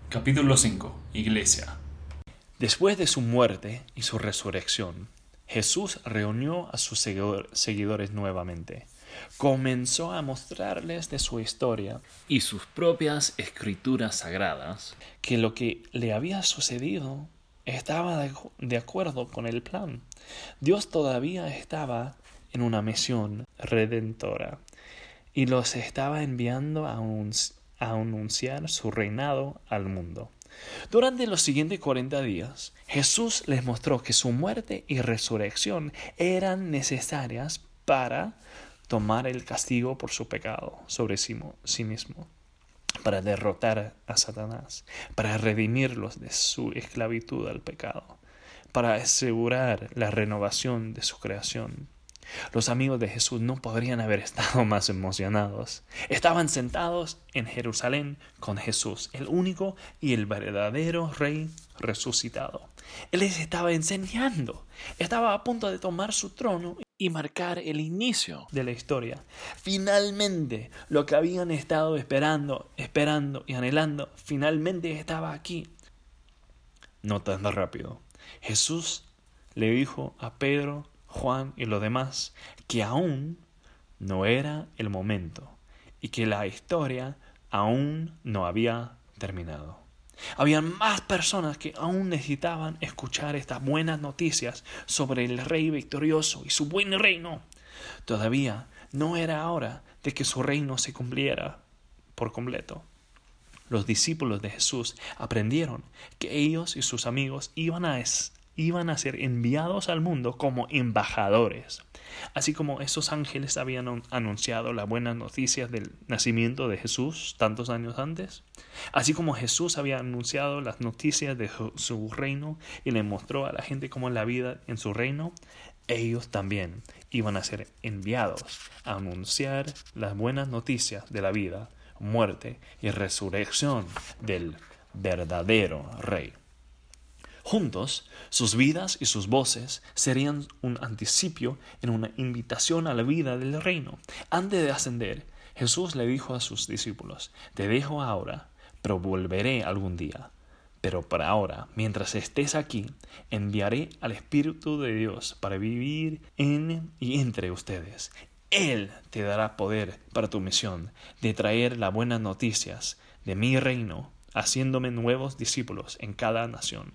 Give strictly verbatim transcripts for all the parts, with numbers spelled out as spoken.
Capítulo cinco. Iglesia. Después de su muerte y su resurrección, Jesús reunió a sus seguidores nuevamente. Comenzó a mostrarles de su historia y sus propias escrituras sagradas que lo que le había sucedido estaba de, de acuerdo con el plan. Dios todavía estaba en una misión redentora y los estaba enviando a, un, a anunciar su reinado al mundo. Durante los siguientes cuarenta días, Jesús les mostró que su muerte y resurrección eran necesarias para tomar el castigo por su pecado sobre sí mismo, para derrotar a Satanás, para redimirlos de su esclavitud al pecado, para asegurar la renovación de su creación. Los amigos de Jesús no podrían haber estado más emocionados. Estaban sentados en Jerusalén con Jesús, el único y el verdadero Rey resucitado. Él les estaba enseñando. Estaba a punto de tomar su trono y marcar el inicio de la historia. Finalmente, lo que habían estado esperando, esperando y anhelando, finalmente estaba aquí. No tan rápido. Jesús le dijo a Pedro, Juan y los demás que aún no era el momento y que la historia aún no había terminado. Habían más personas que aún necesitaban escuchar estas buenas noticias sobre el Rey victorioso y su buen reino. Todavía no era hora de que su reino se cumpliera por completo. Los discípulos de Jesús aprendieron que ellos y sus amigos iban a es iban a ser enviados al mundo como embajadores. Así como esos ángeles habían anunciado las buenas noticias del nacimiento de Jesús tantos años antes, así como Jesús había anunciado las noticias de su reino y le mostró a la gente cómo es la vida en su reino, ellos también iban a ser enviados a anunciar las buenas noticias de la vida, muerte y resurrección del verdadero Rey. Juntos, sus vidas y sus voces serían un anticipio en una invitación a la vida del reino. Antes de ascender, Jesús le dijo a sus discípulos: «Te dejo ahora, pero volveré algún día. Pero para ahora, mientras estés aquí, enviaré al Espíritu de Dios para vivir en y entre ustedes. Él te dará poder para tu misión de traer las buenas noticias de mi reino, haciéndome nuevos discípulos en cada nación».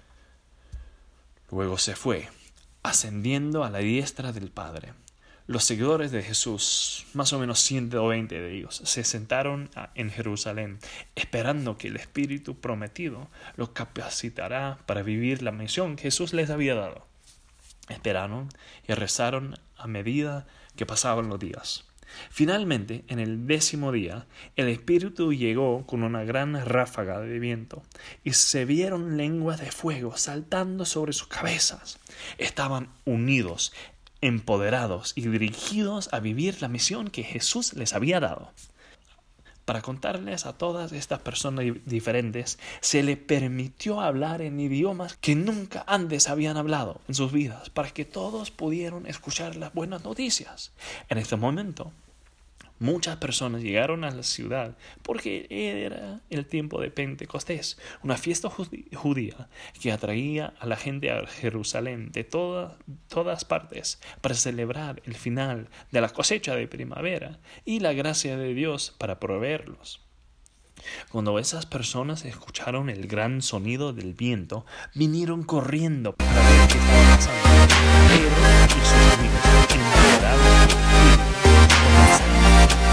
Luego se fue, ascendiendo a la diestra del Padre. Los seguidores de Jesús, más o menos ciento veinte de ellos, se sentaron en Jerusalén, esperando que el Espíritu prometido los capacitará para vivir la misión que Jesús les había dado. Esperaron y rezaron a medida que pasaban los días. Finalmente, en el décimo día, el Espíritu llegó con una gran ráfaga de viento, y se vieron lenguas de fuego saltando sobre sus cabezas. Estaban unidos, empoderados y dirigidos a vivir la misión que Jesús les había dado. Para contarles a todas estas personas diferentes, se les permitió hablar en idiomas que nunca antes habían hablado en sus vidas, para que todos pudieran escuchar las buenas noticias. En este momento, muchas personas llegaron a la ciudad porque era el tiempo de Pentecostés, una fiesta judía que atraía a la gente a Jerusalén de toda, todas partes para celebrar el final de la cosecha de primavera y la gracia de Dios para proveerlos. Cuando esas personas escucharon el gran sonido del viento, vinieron corriendo para ver qué estaba pasando. Pedro y sus amigos empoderados comenzaron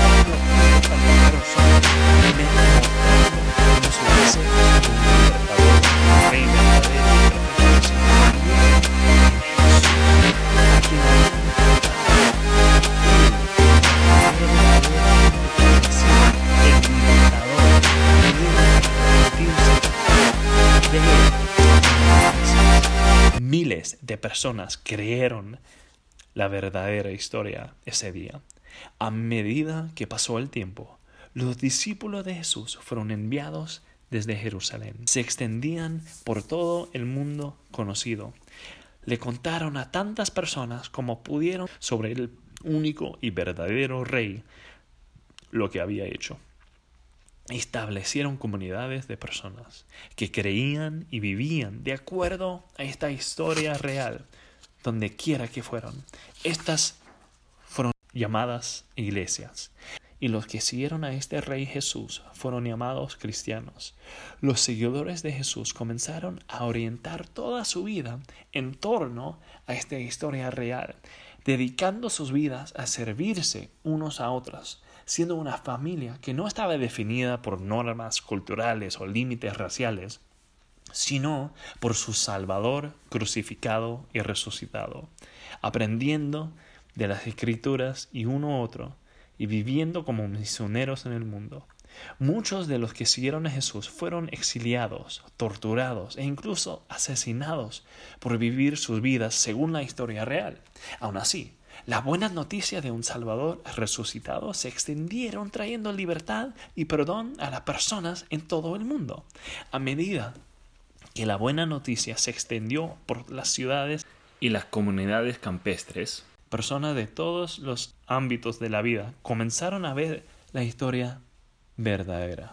Miles de personas creyeron la verdadera historia ese día. A medida que pasó el tiempo, los discípulos de Jesús fueron enviados desde Jerusalén. Se extendían por todo el mundo conocido. Le contaron a tantas personas como pudieron sobre el único y verdadero Rey lo que había hecho. establecieron comunidades de personas que creían y vivían de acuerdo a esta historia real, donde quiera que fueron. Estas fueron llamadas iglesias. Y los que siguieron a este Rey Jesús fueron llamados cristianos. Los seguidores de Jesús comenzaron a orientar toda su vida en torno a esta historia real, dedicando sus vidas a servirse unos a otros, siendo una familia que no estaba definida por normas culturales o límites raciales, sino por su Salvador crucificado y resucitado, aprendiendo de las Escrituras y uno a otro, y viviendo como misioneros en el mundo. Muchos de los que siguieron a Jesús fueron exiliados, torturados e incluso asesinados por vivir sus vidas según la historia real. Aún así, las buenas noticias de un Salvador resucitado se extendieron trayendo libertad y perdón a las personas en todo el mundo. A medida que la buena noticia se extendió por las ciudades y las comunidades campestres, personas de todos los ámbitos de la vida comenzaron a ver la historia verdadera.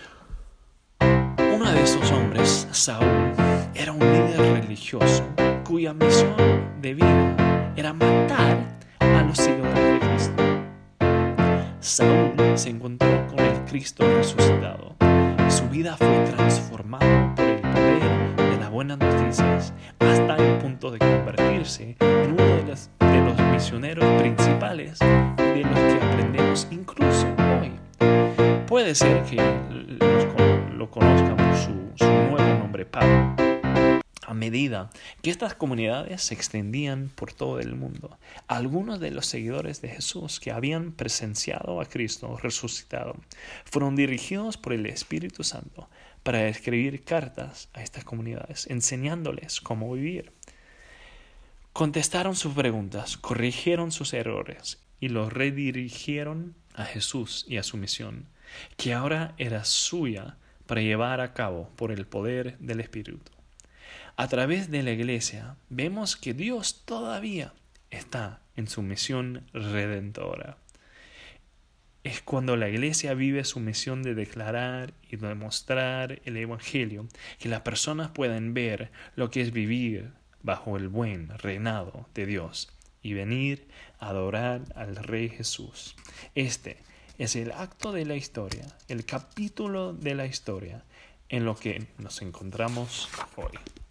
Uno de esos hombres, Saúl, era un líder religioso cuya misión de vida era matar a los seguidores de Cristo. Saúl se encontró con el Cristo resucitado y su vida fue transformada por el poder de las buenas noticias hasta el punto de convertirse en uno de los, de los misioneros principales de los que aprendemos incluso hoy. Puede ser que los, lo conozcan por su, su nuevo nombre, Pablo. A medida que estas comunidades se extendían por todo el mundo, algunos de los seguidores de Jesús que habían presenciado a Cristo resucitado fueron dirigidos por el Espíritu Santo para escribir cartas a estas comunidades, enseñándoles cómo vivir. Contestaron sus preguntas, corrigieron sus errores y los redirigieron a Jesús y a su misión, que ahora era suya para llevar a cabo por el poder del Espíritu. A través de la iglesia vemos que Dios todavía está en su misión redentora. Es cuando la iglesia vive su misión de declarar y demostrar el Evangelio que las personas pueden ver lo que es vivir bajo el buen reinado de Dios y venir a adorar al Rey Jesús. Este es el acto de la historia, el capítulo de la historia en lo que nos encontramos hoy.